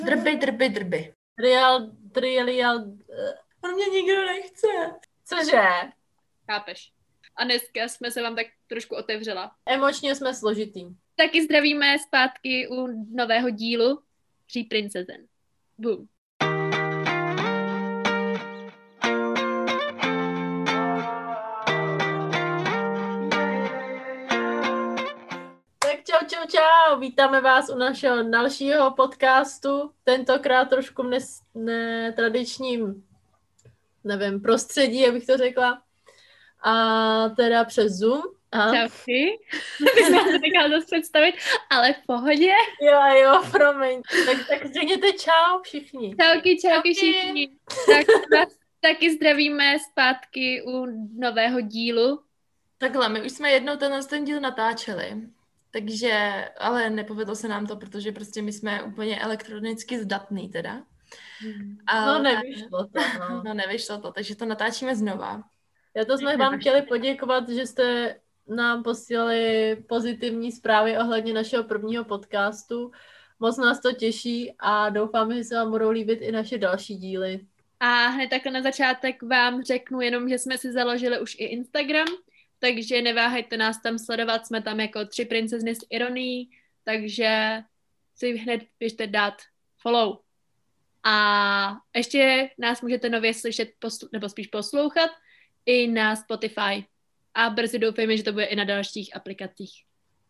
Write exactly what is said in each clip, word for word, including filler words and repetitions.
Drby, drby, drby. Real, trial, On mě nikdo nechce. cože? Chápeš. A dneska jsme se vám tak trošku otevřela. Emočně jsme složitý. Taky zdravíme zpátky u nového dílu Tří princezen. Boom. Tak čau, čau, čau. Vítáme vás u našeho dalšího podcastu. Tentokrát trošku v netradičním, nevím, prostředí, jak bych to řekla. A teda přes Zoom. A... Čau ty. Ty jsme se nechala zase představit, ale v pohodě. Jo, jo, promiň. Tak, tak řekněte čau všichni. Čauky, čauky všichni. Tak vás taky zdravíme zpátky u nového dílu. Takhle, my už jsme jednou tenhle ten díl natáčeli, takže, ale nepovedlo se nám to, protože prostě my jsme úplně elektronicky zdatný teda. Ale... No nevyšlo to. No. no nevyšlo to, takže to natáčíme znova. Já to jsme vám chtěli poděkovat, že jste nám posílali pozitivní zprávy ohledně našeho prvního podcastu. Moc nás to těší a doufáme, že se vám budou líbit i naše další díly. A hned takhle na začátek vám řeknu jenom, že jsme si založili už i Instagram, takže neváhejte nás tam sledovat, jsme tam jako Tři princezny s ironií, takže si hned běžte dát follow. A ještě nás můžete nově slyšet, posl- nebo spíš poslouchat, i na Spotify. A brzy doufejme, že to bude i na dalších aplikacích.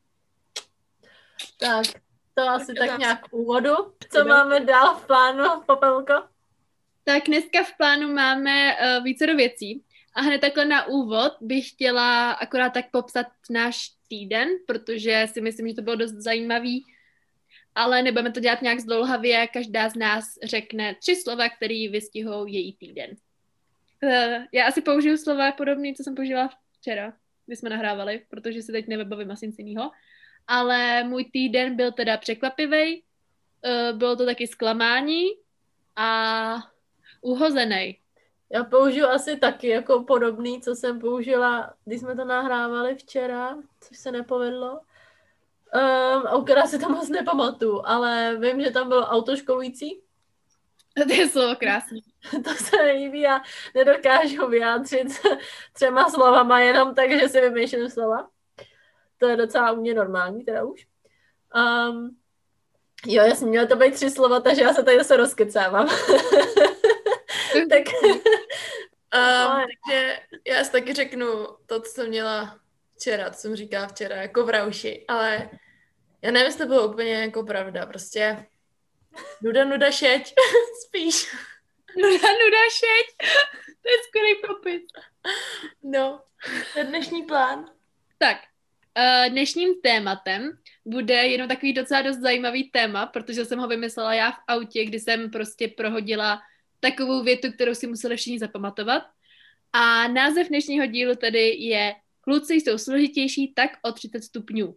Tak, to asi tak nějak k úvodu. Co máme dál v plánu, Popelko? Tak dneska v plánu máme uh, vícero věcí. A hned takhle na úvod bych chtěla akorát tak popsat náš týden, protože si myslím, že to bylo dost zajímavý. Ale nebudeme to dělat nějak zdlouhavě, každá z nás řekne tři slova, které vystihou její týden. Uh, já asi použiju slova podobné, co jsem použila včera, když jsme nahrávali, protože se teď nevybavím asi nic jiného. Ale můj týden byl teda překvapivý, uh, bylo to taky zklamání a uhozený. Já použiju asi taky jako podobný, co jsem použila, když jsme to nahrávali včera, což se nepovedlo. Um, a která si to moc nepamatuju, ale vím, že tam bylo autoškolující. To je slovo krásný. To se mi líbí a nedokážu vyjádřit třema slovama jenom, takže si vymýšlím slova. To je docela u mě normální, teda už. Um, jo, jasně, mělo to být tři slova, takže já se tady zase rozkecávám. tak, um, takže já si taky řeknu to, co jsem měla včera, co jsem říkala včera, jako v rauši, ale já nevím, jestli to bylo úplně jako pravda, prostě nuda, nuda, šeť, spíš. Nuda, nuda, šeť, to je skvělý popis. No, to je dnešní plán. Tak, dnešním tématem bude jenom takový docela dost zajímavý téma, protože jsem ho vymyslela já v autě, kdy jsem prostě prohodila takovou větu, kterou si museli všichni zapamatovat. A název dnešního dílu tedy je Kluci jsou složitější tak o třicet stupňů.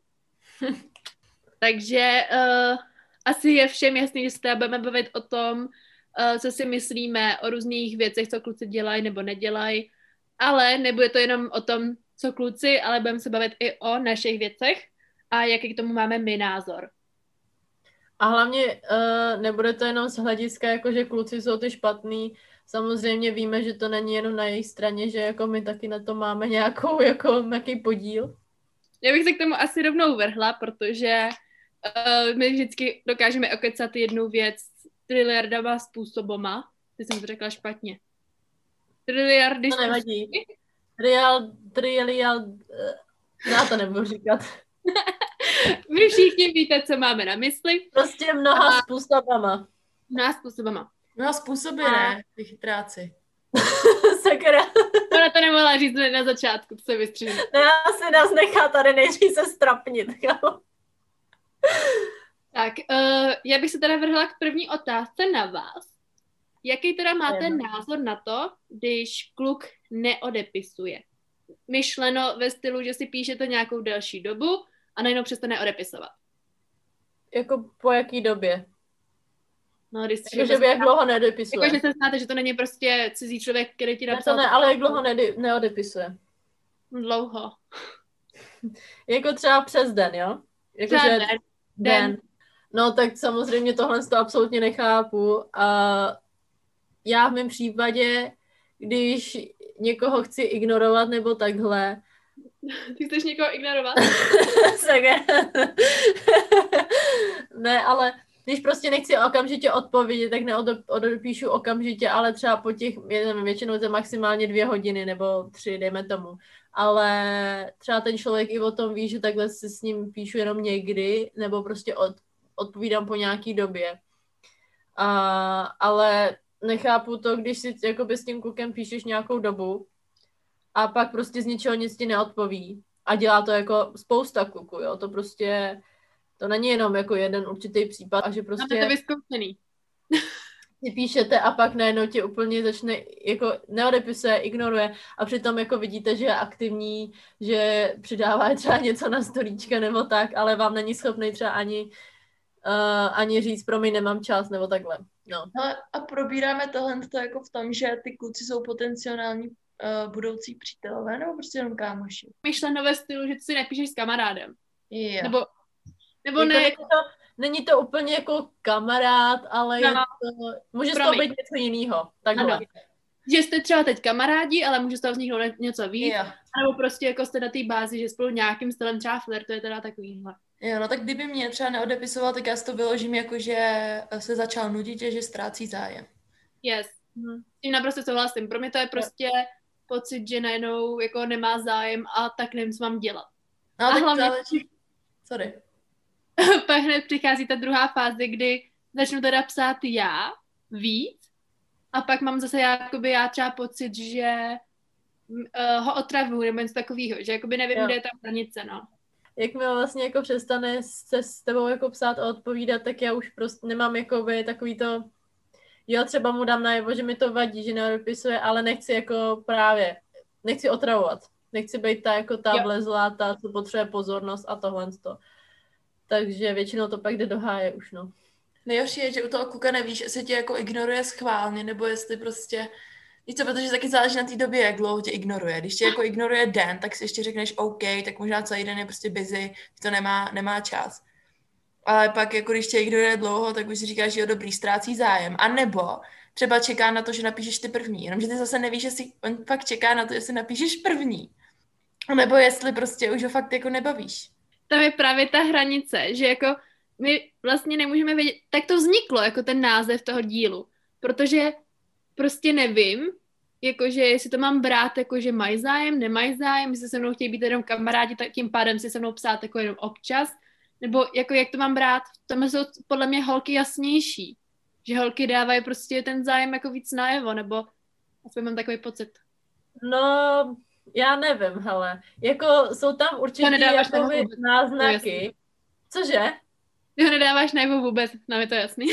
Takže uh, asi je všem jasný, že se budeme bavit o tom, uh, co si myslíme o různých věcech, co kluci dělají nebo nedělají. Ale nebude to jenom o tom, co kluci, ale budeme se bavit i o našich věcech a jaký k tomu máme my názor. A hlavně uh, nebude to jenom z hlediska, jako že kluci jsou ty špatný. Samozřejmě víme, že to není jenom na jejich straně, že jako my taky na to máme nějakou, jako nějaký podíl. Já bych se k tomu asi rovnou vrhla, protože uh, my vždycky dokážeme okecat jednu věc triliardama způsobama. Ty jsem to řekla špatně. Triliardy to nevadí. Real, trilial, uh, já to nebudu říkat. Vy všichni víte, co máme na mysli. Prostě mnoha a... způsobama. Mnoha způsobama. Mnoha způsoby, a... ne, ty chytráci. Sakra. Ona to nemohla říct na začátku, to se vystřihne. Ne, asi nás nechá tady nejdřív se strapnit. Tak, uh, já bych se teda vrhla k první otázce na vás. Jaký teda máte Jem. názor na to, když kluk neodepisuje? Myšleno ve stylu, že si píšete nějakou delší dobu a najednou přestane odepisovat. Jako po jaký době? No, když jako, že by jak dlouho neodepisuje. Jako, že se znáte, že to není prostě cizí člověk, který ti napsal. Ne, to ne, ale jak dlouho ne- neodepisuje. Dlouho. Jako třeba přes den, jo? Jako, třeba že den. den. No tak samozřejmě tohle to absolutně nechápu a já v mém případě, když někoho chci ignorovat nebo takhle. Ty chceš někoho ignorovat? Ne, ale když prostě nechci okamžitě odpovědět, tak neodepíšu okamžitě, ale třeba po těch, nevím, většinou to maximálně dvě hodiny nebo tři, dejme tomu. Ale třeba ten člověk i o tom ví, že takhle si s ním píšu jenom někdy, nebo prostě od, odpovídám po nějaký době. A, ale nechápu to, když si jakoby s tím klukem píšeš nějakou dobu a pak prostě z ničeho nic ti neodpoví. A dělá to jako spousta kluků, jo. To prostě, to není jenom jako jeden určitý případ. A že prostě... Máte to vyzkoušený. Si píšete a pak najednou ti úplně začne, jako neodepisuje, ignoruje a přitom jako vidíte, že je aktivní, že přidává třeba něco na storíčka nebo tak, ale vám není schopný třeba ani, uh, ani říct, promiň, nemám čas nebo takhle. No. No a probíráme tohle jako v tom, že ty kluci jsou potenciální uh, budoucí přítelové nebo prostě jenom kámoši? Myšleno ve stylu, že ty si nepíšeš s kamarádem. Jo. Nebo, nebo jako ne. Není to, není to úplně jako kamarád, ale no, je to, může z toho být něco jiného. Takhle. Ano. Že jste třeba teď kamarádi, ale může z toho vzniknout něco víc. Jo. Nebo prostě jako jste na té bázi, že spolu nějakým stylem třeba flirtujete teda takovýhle. Jo, no tak kdyby mě třeba neodepisoval, tak já si to vyložím jako, že se začal nudit a že ztrácí zájem. Yes. Hm. Tím naprosto souhlasím. Pro mě to je prostě jo. pocit, že najednou jako nemá zájem a tak nevím, co mám dělat. No, a tak hlavně... záleží... Sorry. Pak hned přichází ta druhá fáze, kdy začnu teda psát já víc a pak mám zase jakoby já třeba pocit, že uh, ho otravuju nebo něco takového, že jakoby nevím, jo. kde je ta hranice, no. Jakmile vlastně jako přestane se s tebou jako psát a odpovídat, tak já už prostě nemám jakoby takový to, jo, třeba mu dám najevo, že mi to vadí, že neodepisuje, ale nechci jako právě, nechci otravovat. Nechci být ta jako ta vlezlá, ta, co potřebuje pozornost a tohle to. Takže většinou to pak jde do háje už, no. Nejhorší je, že u toho kluka nevíš, jestli tě jako ignoruje schválně, nebo jestli prostě... Víš co, protože taky záleží na té době, jak dlouho tě ignoruje. Když tě jako ignoruje den, tak si ještě řekneš OK, tak možná celý den je prostě busy, to nemá, nemá čas. Ale pak jako když tě ignoruje dlouho, tak už si říkáš, že jo, dobrý, ztrácí zájem. A nebo třeba čeká na to, že napíšeš ty první. Jenomže ty zase nevíš, jestli on fakt čeká na to, jestli napíšeš první. Nebo jestli prostě už ho fakt jako nebavíš. Tam je právě ta hranice, že jako my vlastně nemůžeme vědět, tak to vzniklo jako ten název toho dílu, protože prostě nevím, jakože jestli to mám brát, jakože mají zájem, nemají zájem, jestli se mnou chtějí být jenom kamarádi, tak tím pádem si se mnou psát jako jenom občas, nebo jako jak to mám brát, tam jsou podle mě holky jasnější, že holky dávají prostě ten zájem jako víc najevo, nebo aspoň mám takový pocit. No, já nevím, hele, jako jsou tam určitě jakoby náznaky. Cože? Ty ho nedáváš najevo vůbec, nám je to jasný.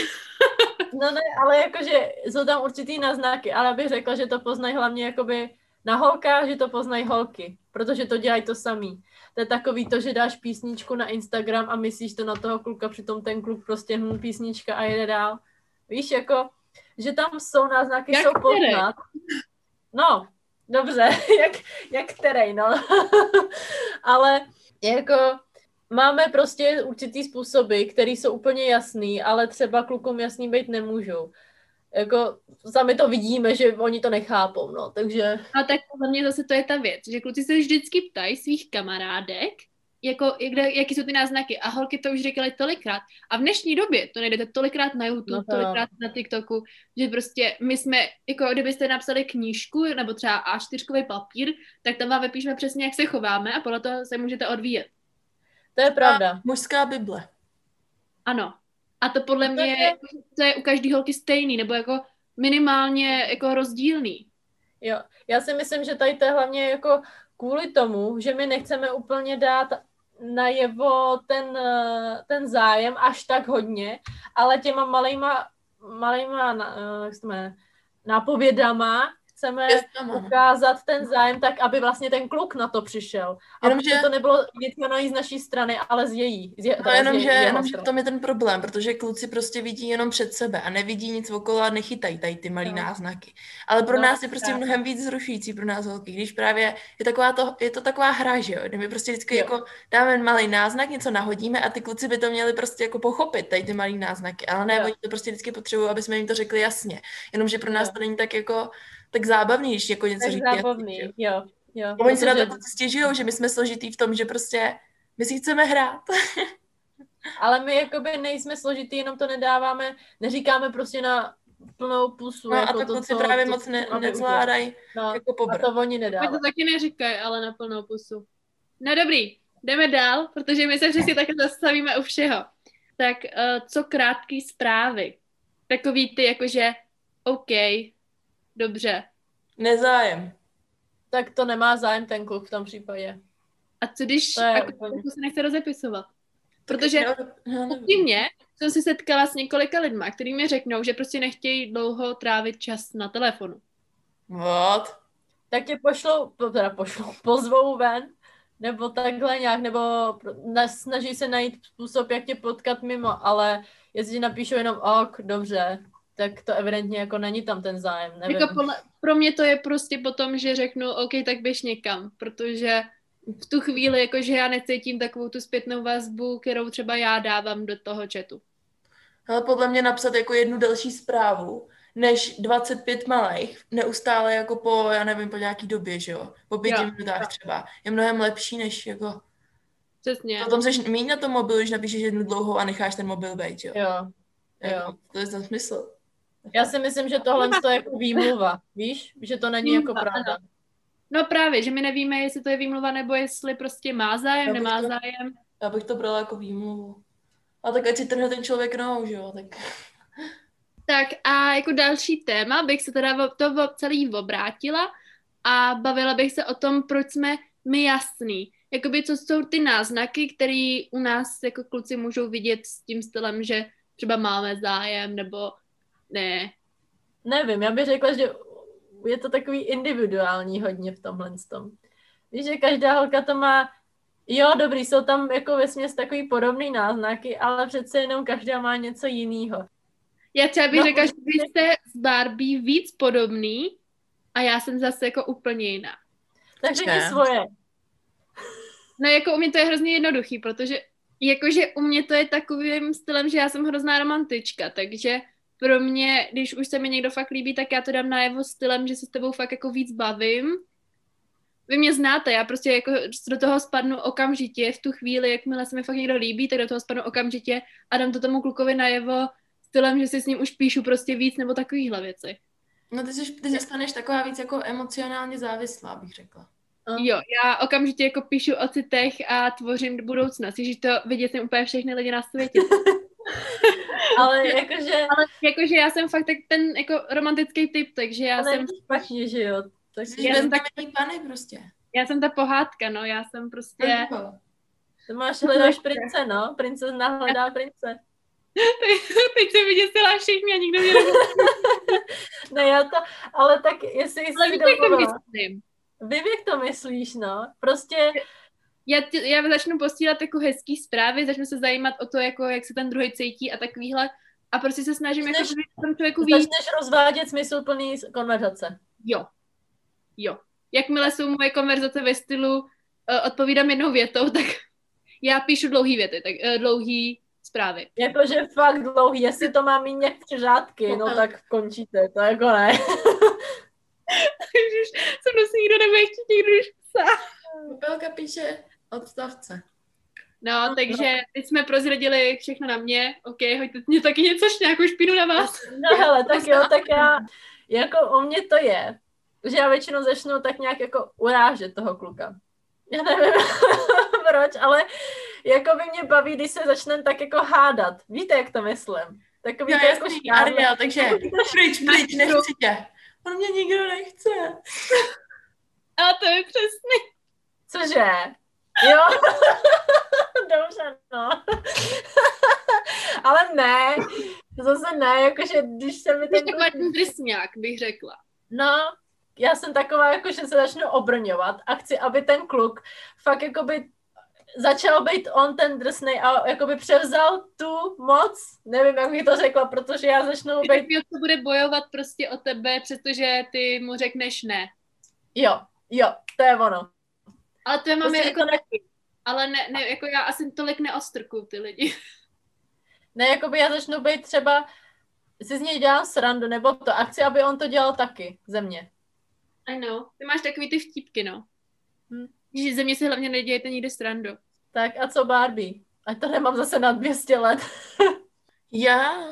No ne, ale jakože jsou tam určitý náznaky, ale bych řekla, že to poznají hlavně jakoby na holkách, že to poznají holky, protože to dělají to samý. To je takový to, že dáš písničku na Instagram a myslíš to na toho kluka, přitom ten kluk prostě hm, písnička a jede dál. Víš, jako, že tam jsou náznaky, jak jsou poznat. No, dobře, jak, jak který, no. Ale jako... Máme prostě určitý způsoby, které jsou úplně jasný, ale třeba klukům jasný být nemůžou. Jako sami to vidíme, že oni to nechápou, no, takže... A tak za mě zase to je ta věc, že kluci se vždycky ptají svých kamarádek, jako, jak, jaký jsou ty náznaky. A holky to už říkaly tolikrát. A v dnešní době to najdete tolikrát na YouTube, no tolikrát na TikToku, že prostě my jsme, jako kdybyste napsali knížku, nebo třeba á čtyřkový papír, tak tam vám vypíšeme přesně, jak se chováme a podle toho se můžete odvíjet. To je pravda. Mužská bible. Ano. A to podle to mě je, to je u každý holky stejný, nebo jako minimálně jako rozdílný. Jo, já si myslím, že tady to je hlavně jako kvůli tomu, že my nechceme úplně dát najevo ten, ten zájem až tak hodně, ale těma malejma, malejma jak se jmenuje, nápovědama chceme ukázat ten zájem tak, aby vlastně ten kluk na to přišel. A jenom, že to nebylo vytvořené z naší strany, ale z její. Z je, no, jenom, že, jenom že v tom je ten problém, protože kluci prostě vidí jenom před sebe a nevidí nic okolo a nechytají tady ty malý no. náznaky. Ale pro no, nás je prostě tak. mnohem víc zrušující pro nás holky, když právě je, taková to, je to taková hra, že jo, kde my prostě vždycky jo. jako dáme malý náznak, něco nahodíme a ty kluci by to měli prostě jako pochopit, tady ty malý náznaky, ale ne, jo. oni to prostě vždycky potřebují, aby jsme jim to řekli jasně. Jenomže pro nás jo. to není tak jako tak zábavný, když jako něco tak říkají. zábavný, jo. jo. jo. Oni se na to stěžují, že my jsme složitý v tom, že prostě my si chceme hrát. Ale my jakoby nejsme složitý, jenom to nedáváme, neříkáme prostě na plnou pusu. No jako a to to, kluci co, právě to, moc ne, nezvládají no, jako pobrat. A to oni nedávají. My to taky neříkají, ale na plnou pusu. No dobrý, jdeme dál, protože my se přesně takhle zastavíme u všeho. Tak uh, co krátký zprávy? Takový ty jakože OK, dobře. Nezájem. Tak to nemá zájem ten kluk v tom případě. A co když jako, se nechce rozepisovat? Protože upřímně jsem si setkala s několika lidma, kteří mi řeknou, že prostě nechtějí dlouho trávit čas na telefonu. What? Tak tě pošlou, teda pošlou, pozvou ven, nebo takhle nějak, nebo snaží se najít způsob, jak tě potkat mimo, ale jestli napíšou jenom ok, dobře, tak to evidentně jako není tam ten zájem, nevím. Jako podle, pro mě to je prostě potom, že řeknu, OK, tak běž někam, protože v tu chvíli, jakože já necítím takovou tu zpětnou vazbu, kterou třeba já dávám do toho chatu. Ale podle mě napsat jako jednu delší zprávu, než dvacet pět malých, neustále jako po, já nevím, po nějaký době, že jo, po pěti minutách třeba, je mnohem lepší, než jako... Přesně. Potom seš míň na tom mobilu, když napíšeš jednu dlouhou a necháš ten mobil bejt, jo. Jo, jo. To je ten smysl. Já si myslím, že tohle je jako výmluva, víš? Že to není výmluva, jako pravda. Ano. No právě, že my nevíme, jestli to je výmluva, nebo jestli prostě má zájem, nemá to, zájem. Já bych to brala jako výmluvu. A tak ať si trhne ten člověk nohou, že jo, tak... Tak a jako další téma bych se teda to celý obrátila a bavila bych se o tom, proč jsme my jasný. Jakoby co jsou ty náznaky, které u nás jako kluci můžou vidět s tím stylem, že třeba máme zájem, nebo ne. Nevím, já bych řekla, že je to takový individuální hodně v tomhle tom. Víš, že každá holka to má, jo, dobrý, jsou tam jako vesměs takový podobný náznaky, ale přece jenom každá má něco jiného. Já třeba bych no, řekla, že vy jste s Barbie víc podobný a já jsem zase jako úplně jiná. Takže ti svoje. No jako u mě to je hrozně jednoduchý, protože jakože u mě to je takovým stylem, že já jsem hrozná romantička, takže pro mě, když už se mi někdo fakt líbí, tak já to dám najevo stylem, že se s tebou fakt jako víc bavím. Vy mě znáte, já prostě jako do toho spadnu okamžitě, v tu chvíli, jakmile se mi fakt někdo líbí, tak do toho spadnu okamžitě a dám to tomu klukovi najevo stylem, že si s ním už píšu prostě víc nebo takovýhle věci. No ty, jsi, ty se staneš taková víc jako emocionálně závislá, bych řekla. Jo, já okamžitě jako píšu o citech a tvořím budoucnost. Ježiš, to vidět jsem úplně všechny lidi na světě. Ale jakože... Ale jakože já jsem fakt tak ten jako romantický typ, takže já ale jsem... špatně, že jo? Tak já jsem tak... Pany prostě. Já jsem ta pohádka, no, já jsem prostě... Ty máš hledáš prince, no? Princezna hledá prince. Teď se vyděsila všichni a nikdo mě nebude. Ne, já to... Ale tak jestli jsi ale si dovolila... Vy jak to myslíš, no? Prostě... Já, tě, já začnu posílat jako hezký zprávy, začnu se zajímat o to, jako, jak se ten druhý cítí a takovýhle. A prostě se snažím začneš, jako tomu člověku víc. Začneš rozvádět smysluplný konverzace. Jo. Jo. Jakmile jsou moje konverzace ve stylu uh, odpovídám jednou větou, tak já píšu dlouhý věty, tak uh, dlouhý zprávy. Jakože fakt dlouhý, jestli to má mít nějak tři řádky, no tak končíte, to jako ne. Ježiš, se mnou si nikdo nebude chtít někdo už psát. Popelka píše odstavce. No, no, takže teď jsme prozradili všechno na mě. OK, hoďte mě taky něco, nějakou špínu na vás. No hele, tak jo, tak já, jako u mě to je, že já většinou začnu tak nějak jako urážet toho kluka. Já nevím proč, ale jako by mě baví, když se začneme tak jako hádat. Víte, jak to myslím? Takový jo, to jako Ariel, takže pryč, pryč, nechci tě. On mě nikdo nechce. A to je přesně. Cože? Jo? Dobře, no. Ale ne, zase ne, jakože když se mi ten... Takový ten drsňák, bych řekla. No, já jsem taková, jako, že se začnu obrňovat a chci, aby ten kluk fakt jakoby začal být on ten drsnej a jakoby převzal tu moc, nevím, jak bych to řekla, protože já začnu být... To bude bojovat prostě o tebe, přestože ty mu řekneš ne. Jo, jo, to je ono. Ale to mám prostě jako taky. Ale ne, ne, jako já asi tolik neostrkuju ty lidi. Ne, jakoby já začnu být třeba, si z něj dělám srandu, nebo to a chci, aby on to dělal taky ze mě. I know. Ty máš takový ty vtípky, no. Hm. Že ze mě si hlavně nedějete nikdy srandu. Tak a co Barbie? Ať to nemám zase na dvě stě let. Já?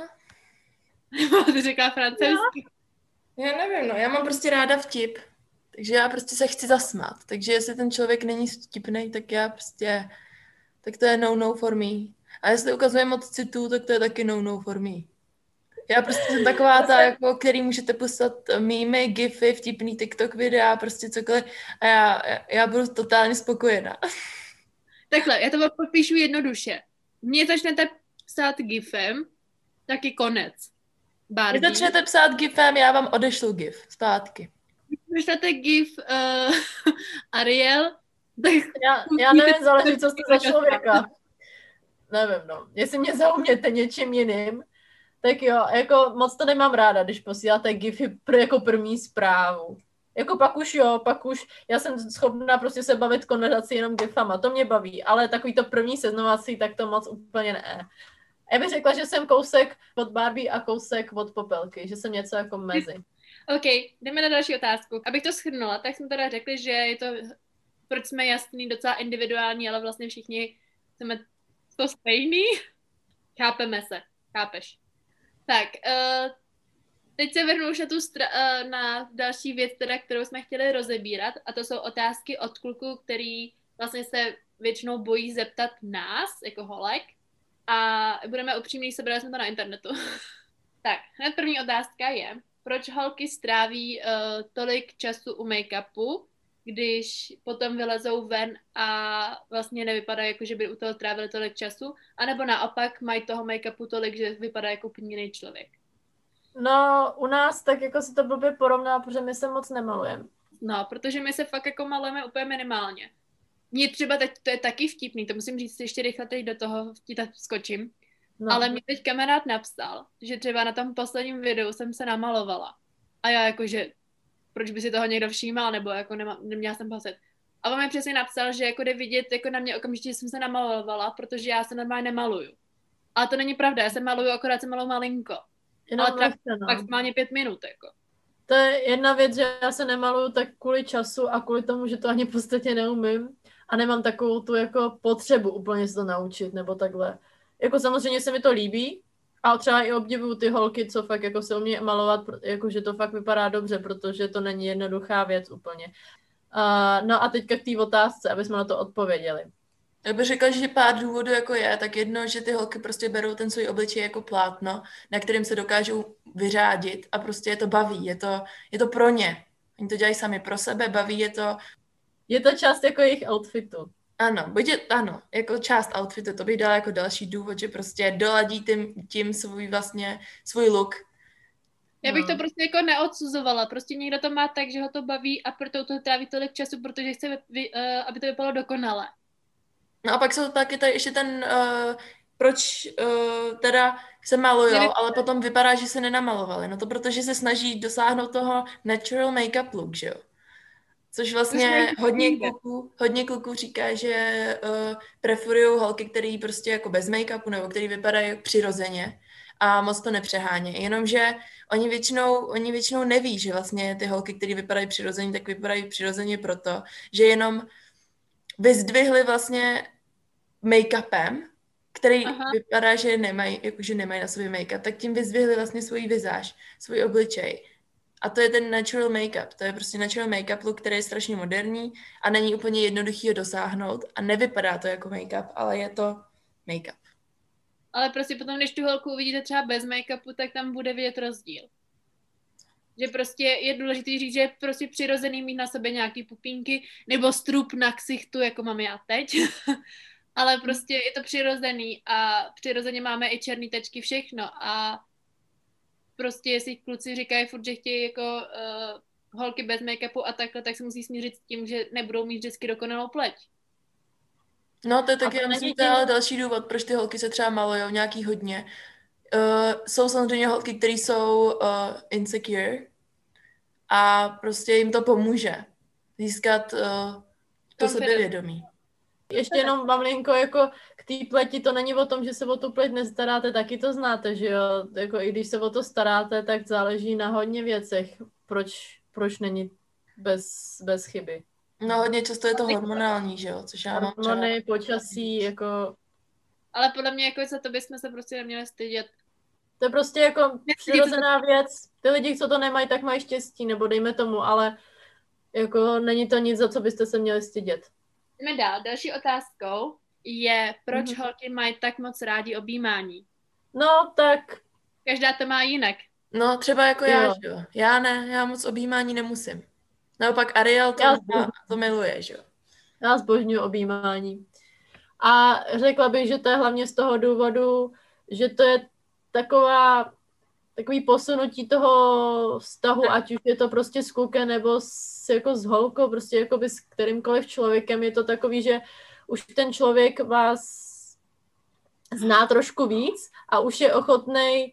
Ty říká francouzsky. Já nevím, no, já mám prostě ráda vtip. Takže já prostě se chci zasmát. Takže jestli ten člověk není vtipnej, tak já prostě, tak to je no-no for me. A jestli ukazuje moc citů, tak to je taky no-no for me. Já prostě jsem taková ta, jako, který můžete poslat mýmy, gify, vtipný TikTok videa, prostě cokoliv. A já, já budu totálně spokojená. Takhle, já to popíšu jednoduše. Mně začnete psát gifem, taky konec. Barbie. Vy začnete psát gifem, já vám odešlu gif zpátky. Když máte gif uh, Ariel, tak... Já, já nevím, záleží, co jste za člověka. Nevím, no. Jestli mě zauměte něčím jiným, tak jo, jako moc to nemám ráda, když posíláte gify pr, jako první zprávu. Jako pak už jo, pak už já jsem schopná prostě se bavit konverzaci jenom gifama, to mě baví, ale takový to první seznamovací, tak to moc úplně ne. Já bych řekla, že jsem kousek od Barbie a kousek od Popelky, že jsem něco jako mezi. OK, jdeme na další otázku. Abych to shrnula, tak jsme teda řekli, že je to, proč jsme jasný, docela individuální, ale vlastně všichni jsme to stejný. Chápeme se, chápeš. Tak, uh, teď se vrhnu už na, tu stra- uh, na další věc, teda, kterou jsme chtěli rozebírat, a to jsou otázky od kluků, který vlastně se většinou bojí zeptat nás, jako holek, a budeme upřímní, sebrali jsme to na internetu. Tak, hned první otázka je, proč holky stráví uh, tolik času u make-upu, když potom vylezou ven a vlastně nevypadá jako, že by u toho trávili tolik času, anebo naopak mají toho make-upu tolik, že vypadá jako úplně jiný člověk. No, u nás tak jako si to blbě porovná, protože my se moc nemalujeme. No, protože my se fakt jako malujeme úplně minimálně. Mně třeba teď, to je taky vtipný, to musím říct ještě rychle teď do toho vtít skočím, no. Ale mi teď kamarád napsal, že třeba na tom posledním videu jsem se namalovala. A já jakože, proč by si toho někdo všímal, nebo jako nema, neměla jsem pocit. A on mi přesně napsal, že jako jde vidět jako na mě okamžitě, že jsem se namalovala, protože já se normálně nemaluju. Ale to není pravda, já se maluju, akorát se maluju malinko. Jenom ale traf no. maximálně pět minut, jako. To je jedna věc, že já se nemaluju tak kvůli času a kvůli tomu, že to ani v podstatě neumím a nemám takovou tu jako potřebu úplně se to naučit, nebo takhle. Jako samozřejmě se mi to líbí, ale třeba i obdivuju ty holky, co fakt jako se umí malovat, jako že to fakt vypadá dobře, protože to není jednoduchá věc úplně. Uh, no a teďka k té otázce, aby jsme na to odpověděli. Já bych řekla, že pár důvodů jako je, tak jedno, že ty holky prostě berou ten svůj obličej jako plátno, na kterým se dokážou vyřádit a prostě je to baví, je to, je to pro ně. Oni to dělají sami pro sebe, baví je to. Je to část jako jejich outfitu. Ano, buď je, ano, jako část outfitu, to bych dala jako další důvod, že prostě doladí tím, tím svůj vlastně, svůj look. Já bych no. to prostě jako neodsuzovala, prostě někdo to má tak, že ho to baví a proto to tráví tolik času, protože chce, vy, uh, aby to vypadalo dokonale. No a pak jsou taky tady ještě ten, uh, proč uh, teda se malujou, ale potom vypadá, že se nenamalovali. No to protože se snaží dosáhnout toho natural make-up look, že jo? Což vlastně hodně kluků, hodně kluků říká, že uh, preferují holky, který prostě jako bez make-upu nebo který vypadají přirozeně a moc to nepřeháně. Jenomže oni většinou, oni většinou neví, že vlastně ty holky, které vypadají přirozeně, tak vypadají přirozeně proto, že jenom vyzdvihli vlastně make-upem, který Aha. vypadá, že nemají, jakože nemají na sobě make-up, tak tím vyzdvihli vlastně svůj vizáž, svůj obličej. A to je ten natural make-up. To je prostě natural make-up look, který je strašně moderní a není úplně jednoduchý ho dosáhnout a nevypadá to jako make-up, ale je to make-up. Ale prostě potom, když tu holku uvidíte třeba bez make-upu, tak tam bude vidět rozdíl. Že prostě je důležité říct, že je prostě přirozený mít na sobě nějaký pupínky nebo strup na ksichtu, jako mám já teď. Ale prostě je to přirozený a přirozeně máme i černý tečky, všechno. A prostě jestli kluci říkají furt, že chtějí jako uh, holky bez make-upu a takhle, tak se musí smířit s tím, že nebudou mít vždycky dokonalou pleť. No to je taky, to já myslím, není to je tím- ale další důvod, proč ty holky se třeba malujou nějaký hodně. Uh, jsou samozřejmě holky, které jsou uh, insecure a prostě jim to pomůže získat uh, to Confidence. sebevědomí. Ještě jenom malinko jako k té pleti, to není o tom, že se o tu pleť nestaráte, taky to znáte, že jo, jako i když se o to staráte, tak záleží na hodně věcech, proč, proč není bez, bez chyby. No hodně často je to hormonální, že jo, což já mám třeba. Hormony, počasí, jako, Ale podle mě jako za to bychom se prostě neměli stydět. to je prostě jako Nestydí přirozená věc, ty lidi, co to nemají, tak mají štěstí, nebo dejme tomu, ale jako není to nic, za co byste se měli stydět. Jdeme dál. Další otázkou je, proč Mhm. holky mají tak moc rádi objímání. No, tak Každá to má jinak. No třeba jako já, Jo. že jo. Já ne, já moc objímání nemusím. Naopak Ariel to, Já má, to miluje, že jo. já zbožňuji objímání. A řekla bych, že to je hlavně z toho důvodu, že to je taková, takový posunutí toho vztahu, ať už je to prostě s klukem nebo s, jako s holkou, prostě jakoby s kterýmkoliv člověkem, je to takový, že už ten člověk vás zná trošku víc a už je ochotnej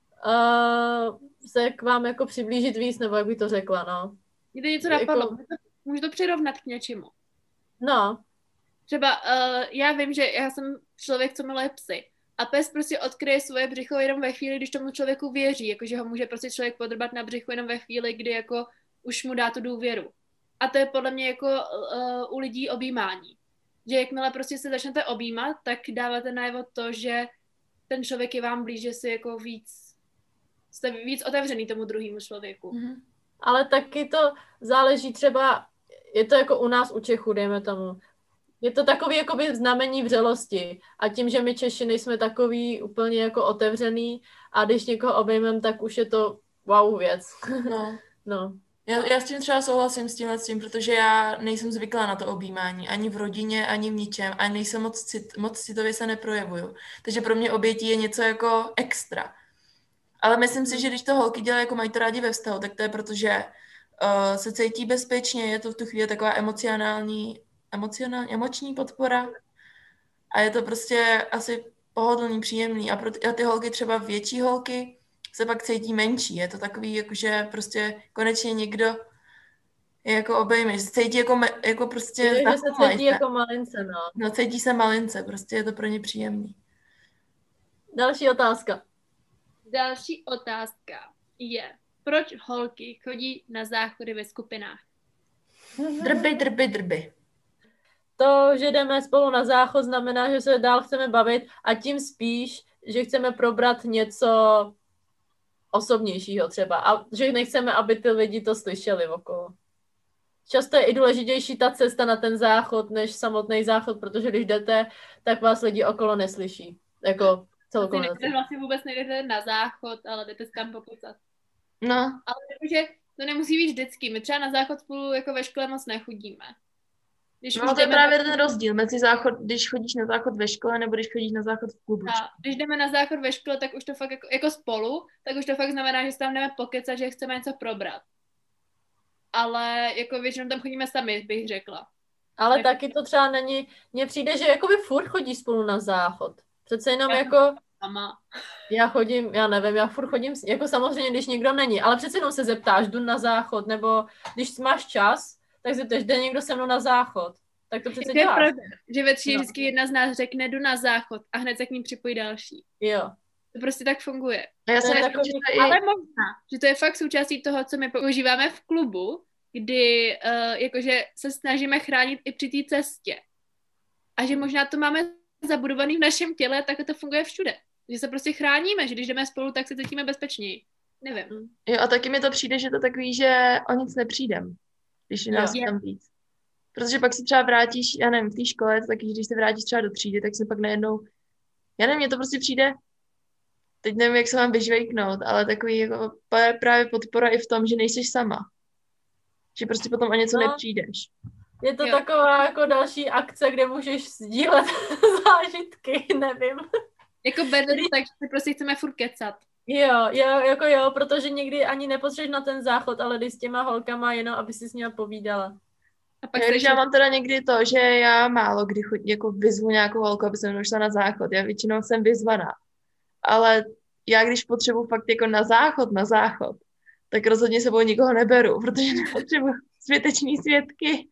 uh, se k vám jako přiblížit víc, nebo jak by to řekla, no. Mě to něco Jako- napadlo. Můžu to, můžu to přirovnat k něčemu. No, Třeba uh, já vím, že já jsem člověk, co miluje psy. A pes prostě odkryje svoje břicho jenom ve chvíli, když tomu člověku věří. Jakože ho může prostě člověk podrbat na břichu jenom ve chvíli, kdy jako už mu dá tu důvěru. A to je podle mě jako uh, u lidí objímání. Že jakmile prostě se začnete objímat, tak dáváte najevo to, že ten člověk je vám blíž, že si jako víc, jste víc otevřený tomu druhému člověku. Mhm. ale taky to záleží třeba, je to jako u nás u Čechů, dejme tomu. Je to takový jakoby znamení vřelosti. A tím, že my Češi nejsme takový úplně jako otevřený a když někoho obejmem, tak už je to wow věc. No. No. Já, já s tím třeba souhlasím s tímhle s tím, protože já nejsem zvyklá na to objímání, ani v rodině, ani v ničem, a nejsem moc, cit, moc citově se neprojevuju. Takže pro mě obětí je něco jako extra. Ale myslím si, že když to holky dělají, jako mají to rádi ve vztahu, tak to je proto, že uh, se cítí bezpečně, je to v tu chvíli taková emocionální, emocionální, emoční podpora a je to prostě asi pohodlný, příjemný. A pro ty, a ty holky, třeba větší holky, se pak cítí menší. Je to takový, jakože prostě konečně někdo je jako obejme, že se cítí jako, me, jako prostě... Je, že se zachovají cítí jako malince, no. No, cítí se malince, prostě je to pro ně příjemný. Další otázka. Další otázka je, proč holky chodí na záchody ve skupinách? Drby, drby, drby. To, že jdeme spolu na záchod, znamená, že se dál chceme bavit a tím spíš, že chceme probrat něco osobnějšího třeba a že nechceme, aby ty lidi to slyšeli okolo. Často je i důležitější ta cesta na ten záchod, než samotný záchod, protože když jdete, tak vás lidi okolo neslyší. Jako celkově. Vlastně, vlastně vůbec nejdete na záchod, ale jdete tam pokecat. No, Ale jakože to nemusí být vždycky. My třeba na záchod spolu jako ve škole moc nechodíme. Když no už to je jdeme právě na- ten rozdíl mezi záchod, když chodíš na záchod ve škole, nebo když chodíš na záchod v klubu. A když jdeme na záchod ve škole, tak už to fakt jako, jako spolu, tak už to fakt znamená, že se tam jdeme pokecat, že chceme něco probrat. Ale jako většinou tam chodíme sami, bych řekla. Ale Tak- taky to třeba není, mně přijde, že jakoby furt chodí spolu na záchod. Přece jenom Já- jako, Sama. já chodím, já nevím, já furt chodím, s- jako samozřejmě, když někdo není, ale přece jenom se zeptáš, jdu na záchod, nebo když máš čas, tak zeptáš, jde někdo se mnou na záchod. Tak to přece To je děláš. pravda, že ve třídě No. vždycky jedna z nás řekne, jdu na záchod a hned se k ní připojí další. Jo. To prostě tak funguje. A já si To je myslím, takový- že to je Ale i... možná, že to je fakt součástí toho, co my používáme v klubu, kdy uh, jakože se snažíme chránit i při té cestě. A že možná to máme zabudovaný v našem těle, tak to funguje všude. Že se prostě chráníme, že když jdeme spolu, tak se cítíme bezpečněji. Nevím. Jo, a taky mi to přijde, že to takový, že o nic nepřijdem, když je Jo. nás tam víc. Protože pak se třeba vrátíš, já nevím, v té škole, taky když se vrátíš třeba do třídy, tak se pak najednou, já nevím, mně to prostě přijde, teď nevím, jak se mám vyžvejknout, ale takový jako pa- právě podpora i v tom, že nejseš sama. Že prostě potom o něco No. nepřijdeš. Je to Jo. taková jako další akce, kde můžeš sdílet zážitky, nevím. Jako berte to tak, že se prostě chceme furt kecat. Jo, jo, jako jo, protože někdy ani nepotřebuješ na ten záchod, ale jdi s těma holkama jenom, aby si s nima povídala. A pak Já, se když já mám teda někdy to, že já málo kdy chuť, jako vyzvu nějakou holku, aby se mnou šla na záchod. Já většinou jsem vyzvaná. Ale já když potřebuji fakt jako na záchod, na záchod, tak rozhodně sebou nikoho neberu, protože nepotřebuji zbytečný svědky.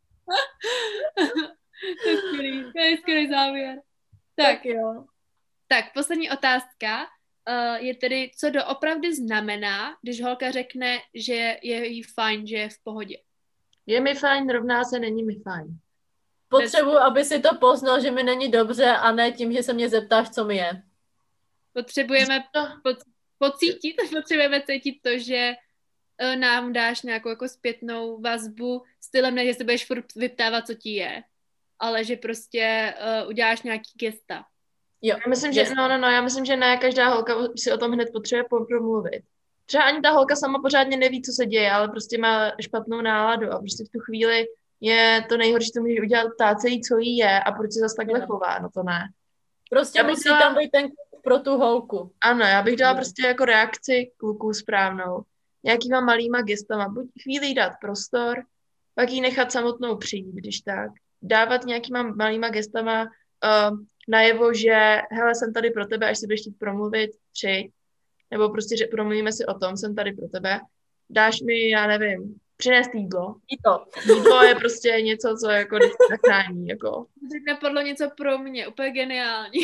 To je skvělý, to je skvělý závěr. Tak, Tak jo. tak poslední otázka uh, je tedy, co doopravdy znamená, když holka řekne, že je jí fajn, že je v pohodě. Je mi fajn, rovná se není mi fajn. Potřebuji, aby si to poznal, že mi není dobře a ne tím, že se mě zeptáš, co mi je. Potřebujeme To, po, pocítit, potřebujeme cítit to, že uh, nám dáš nějakou jako zpětnou vazbu stylem, ne, že se budeš furt vyptávat, co ti je, ale že prostě uh, uděláš nějaký gesta. Jo. já myslím, že, no, no, no, já myslím, že ne každá holka si o tom hned potřebuje promluvit. Třeba ani ta holka sama pořádně neví, co se děje, ale prostě má špatnou náladu a prostě v tu chvíli je to nejhorší, co může udělat, ptát se jí, co jí je a proč se zase takhle chová, no to ne. Prostě Já bych musí dala- tam být ten kluk pro tu holku. Ano, já bych dala prostě jako reakci kluků správnou. Nějakýma malýma gestama. Buď chvíli jí dát prostor, pak jí nechat samotnou přijít, když tak. Dávat nějakýma malýma gestama uh, najevo, že hele, jsem tady pro tebe, až si budeš chtít promluvit, přijď. Nebo prostě, že promluvíme si o tom, jsem tady pro tebe. Dáš mi, já nevím, přinést jídlo. I to. Jídlo je prostě něco, co jako vždycky zachrání, jako. Teď napadlo něco pro mě, úplně geniální.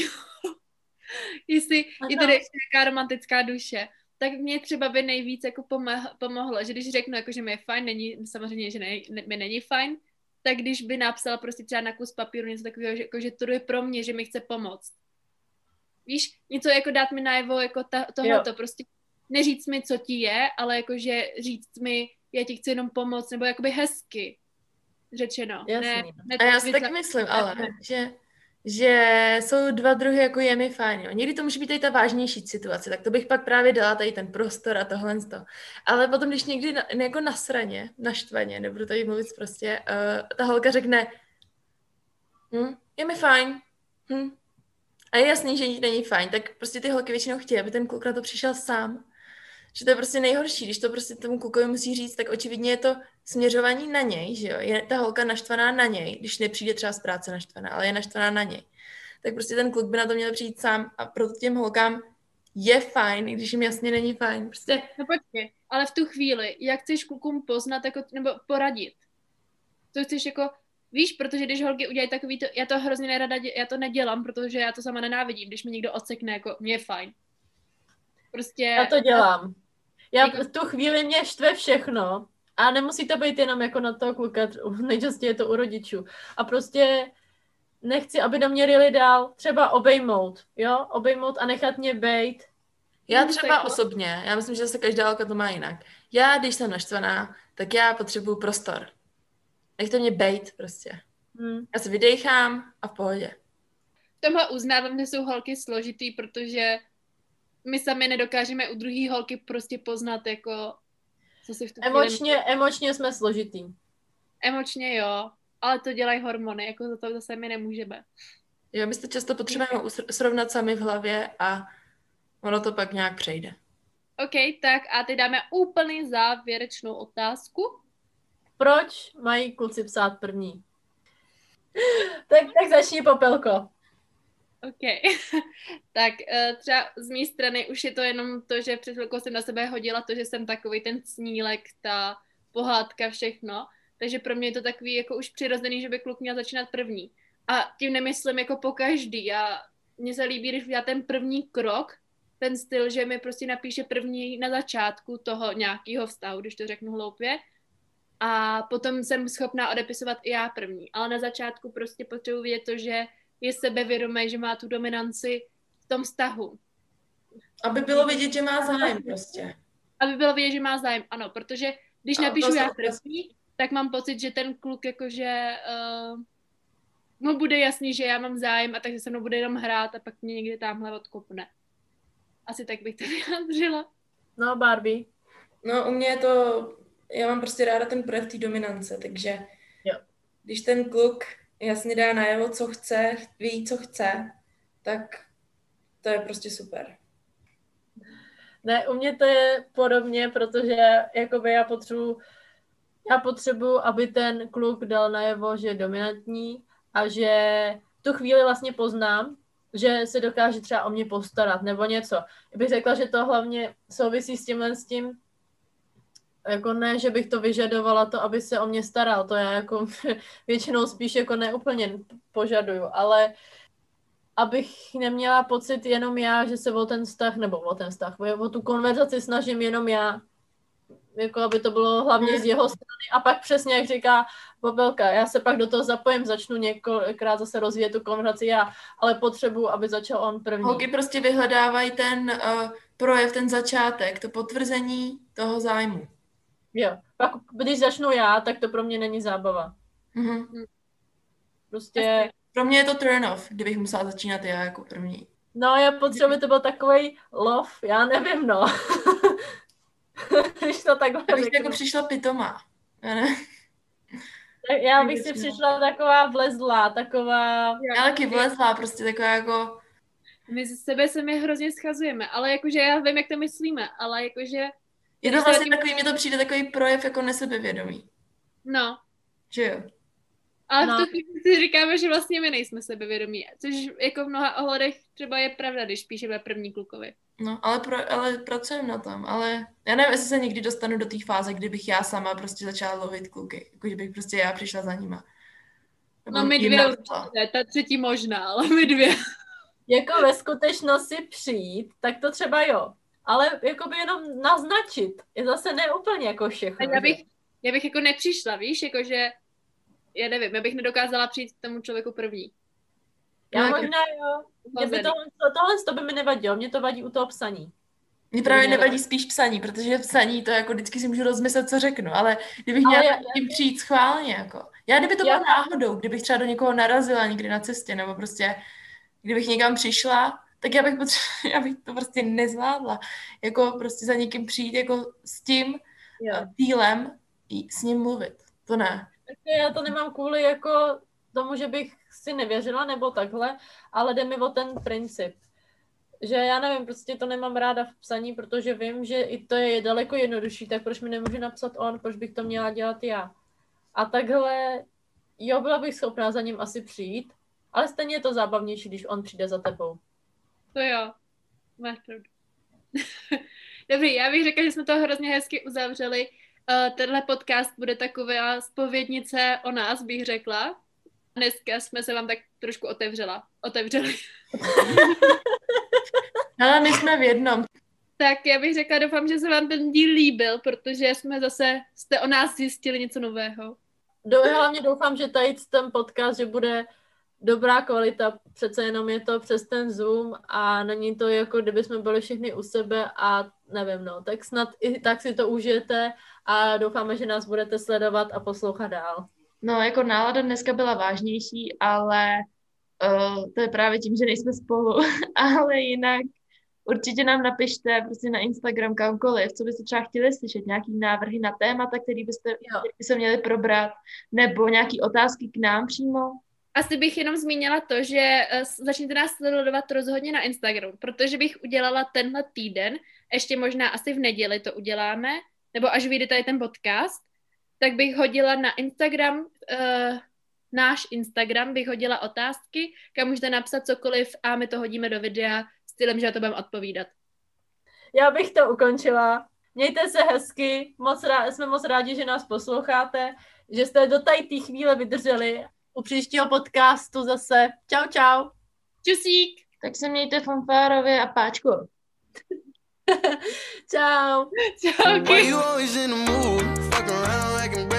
Jestli Ano. je tady ještě nějaká romantická duše, tak mě třeba by nejvíc jako pomohlo, pomohlo že když řeknu, jako, že mi je fajn, není, samozřejmě, že ne, ne, mi není fajn, tak když by napsala prostě třeba na kus papíru něco takového, že, jako, že to je pro mě, že mi chce pomoct. Víš, něco jako dát mi najevo jako ta, tohleto, Jo. prostě neříct mi, co ti je, ale jakože říct mi, já ti chci jenom pomoct, nebo jakoby hezky řečeno. Jasný. Ne, ne, A já si vytla- taky myslím, ale, že, že jsou dva druhy, jako je mi fajn. Jo. Někdy to může být tady ta vážnější situace, tak to bych pak právě dala tady ten prostor a tohle z toho. Ale potom, když někdy na, jako na sraně, naštvaně, nebudu tady mluvit prostě, uh, ta holka řekne, hm, je mi fajn, hm. A je jasný, že jí není fajn, tak prostě ty holky většinou chtějí, aby ten kluk na to přišel sám. Že to je prostě nejhorší, když to prostě tomu klukovi musí říct, tak očividně je to směřování na něj, že jo, je ta holka naštvaná na něj, když nepřijde třeba z práce naštvaná, ale je naštvaná na něj. Tak prostě ten kluk by na to měl přijít sám a proto těm holkám je fajn, i když jim jasně není fajn. Prostě No počkej, ale v tu chvíli, jak chceš klukům poznat jako, nebo poradit? To chceš jako, víš, protože když holky udělají takový to, já to hrozně nerada, dě, já to nedělám, protože já to sama nenávidím, když mi někdo odsekne, jako, mě je fajn. Prostě... Já to dělám. Já Jako- v tu chvíli mě štve všechno. A nemusí to být jenom jako na toho kluka, nejčastěji je to u rodičů. A prostě nechci, aby do mě ryli dál, třeba obejmout, jo, obejmout a nechat mě bejt. já No, třeba tak- osobně, já myslím, že zase každá holka to má jinak. Já, když jsem naštvaná, tak já potřebuju prostor. Nechte mě bejt prostě. Hmm. Já se vydechám a v pohodě. V tomhle uznávám, že jsou holky složitý, protože my sami nedokážeme u druhé holky prostě poznat, jako, co si v tu chvíli... Emočně, emočně jsme složitý. Emočně jo, ale to dělají hormony, jako za to zase my nemůžeme. Jo, my si to často potřebujeme usr- srovnat sami v hlavě a ono to pak nějak přejde. OK, tak a teď dáme úplně závěrečnou otázku. Proč mají kluci psát první? tak, tak začni, Popelko. OK. tak uh, třeba z mé strany už je to jenom to, že před chvilkou jsem na sebe hodila to, že jsem takový ten snílek, ta pohádka, všechno. Takže pro mě je to takový jako už přirozený, že by kluk měl začínat první. A tím nemyslím jako po každý. Já, mně se líbí, když udělá ten první krok, ten styl, že mi prostě napíše první na začátku toho nějakého vztahu, když to řeknu hloupě. A potom jsem schopná odepisovat i já první. Ale na začátku prostě potřebuji vědět to, že je sebevědomý, že má tu dominanci v tom vztahu. Aby bylo vidět, že má zájem prostě. Aby bylo vidět, že má zájem, ano, protože když A napíšu to já se- první, tak mám pocit, že ten kluk jakože uh, mu bude jasný, že já mám zájem a takže se mnou bude jenom hrát a pak mě někde tamhle odkopne. Asi tak bych to vyjádřila. No, Barbie. No, u mě je to, já mám prostě ráda ten projev té dominance, takže Jo. když ten kluk jasně dá najevo, co chce, ví, co chce, tak to je prostě super. Ne, u mě to je podobně, protože jakoby já potřebuji já potřebuji, aby ten kluk dal najevo, že je dominantní a že tu chvíli vlastně poznám, že se dokáže třeba o mě postarat nebo něco. Já bych řekla, že to hlavně souvisí s tímhle s tím, jako ne, že bych to vyžadovala to, aby se o mě staral, to já jako většinou spíš jako neúplně požaduju, ale abych neměla pocit jenom já, že se o ten vztah, nebo o ten vztah, o tu konverzaci snažím jenom já, jako aby to bylo hlavně z jeho strany a pak přesně, jak říká Bobelka, já se pak do toho zapojím, začnu několikrát zase rozvíjet tu konverzaci já, ale potřebuji, aby začal on první. Holky prostě vyhledávají ten uh, projev, ten začátek, to potvrzení toho zájmu. Jo, pak když začnu já, tak to pro mě není zábava. Mm-hmm. Prostě... Pro mě je to turn off, kdybych musela začínat já jako první. No, já potřebuji, aby to byl takovej love, já nevím, no. Když to takhle Já bych jako přišla pitomá. Já, ne? já bych si přišla taková vlezlá, taková... Já taky vlezlá, prostě taková jako... My ze sebe se my hrozně schazujeme, ale jakože já vím, jak to myslíme, ale jakože... Je to vlastně takový, mně to přijde takový projev jako nesebevědomí. No. Že jo? Ale no. v tu chvíli si říkáme, že vlastně my nejsme sebevědomí, což jako v mnoha ohledech třeba je pravda, když píšeme první klukovi. No, ale, pro, ale pracujeme na tom, ale já nevím, jestli se někdy dostanu do té fáze, kdybych já sama prostě začala lovit kluky, jako kdybych prostě já přišla za nima. Nebo no my dvě určitě, ta třetí možná, ale my dvě. Jako ve skutečnosti přijít, tak to třeba jo, ale jako by jenom naznačit, je zase neúplně jako všechno. Já bych, já bych jako nepřišla, víš, jakože já nevím, já bych nedokázala přijít k tomu člověku první. Já no, možná jo. Mě by tohle, tohle to by mi nevadilo, mě to vadí u toho psaní. Mně právě nevadí spíš psaní, protože psaní to jako vždycky si můžu rozmyslet, co řeknu, ale kdybych měla já, tím přijít schválně, jako. Já kdyby to bylo náhodou, kdybych třeba do někoho narazila někdy na cestě, nebo prostě kdybych někam přišla, tak já bych, potře- já bych to prostě nezvládla. Jako prostě za někým přijít jako s tím cílem s ním mluvit. To ne. Já to nemám kvůli jako tomu, že bych si nevěřila nebo takhle, ale jde mi o ten princip. Že já nevím, prostě to nemám ráda v psaní, protože vím, že i to je daleko jednodušší, tak proč mi nemůže napsat on, proč bych to měla dělat já. A takhle, jo, byla bych schopná za ním asi přijít, ale stejně je to zábavnější, když on přijde za tebou. To jo, máš pravdu. Dobrý, já bych řekla, že jsme to hrozně hezky uzavřeli. Uh, tenhle podcast bude taková zpovědnice o nás, bych řekla. Dneska jsme se vám tak trošku otevřela. Otevřeli. Ale my jsme v jednom. Tak já bych řekla, doufám, že se vám ten díl líbil, protože jsme zase, jste o nás zjistili něco nového. Do, hlavně doufám, že tady ten podcast, že bude dobrá kvalita, přece jenom je to přes ten Zoom a není to jako, kdyby jsme byli všichni u sebe a nevím, no, tak snad i tak si to užijete a doufáme, že nás budete sledovat a poslouchat dál. No, jako nálada dneska byla vážnější, ale uh, to je právě tím, že nejsme spolu, ale jinak určitě nám napište prostě na Instagram kamkoliv, co byste třeba chtěli slyšet, nějaký návrhy na témata, který byste který by se měli probrat, nebo nějaký otázky k nám přímo. Asi bych jenom zmínila to, že uh, začněte nás sledovat rozhodně na Instagramu, protože bych udělala tenhle týden, ještě možná asi v neděli to uděláme, nebo až vyjde tady ten podcast, tak bych hodila na Instagram, uh, náš Instagram, bych hodila otázky, kam můžete napsat cokoliv a my to hodíme do videa s cílem, že to budeme odpovídat. Já bych to ukončila. Mějte se hezky, moc rá- jsme moc rádi, že nás posloucháte, že jste do tady té chvíle vydrželi. U příštího podcastu zase. Čau, čau. Čusík. Tak se mějte fanfárově a páčko. Ciao. Ciao. Why you always in the mood? Fuck around like I'm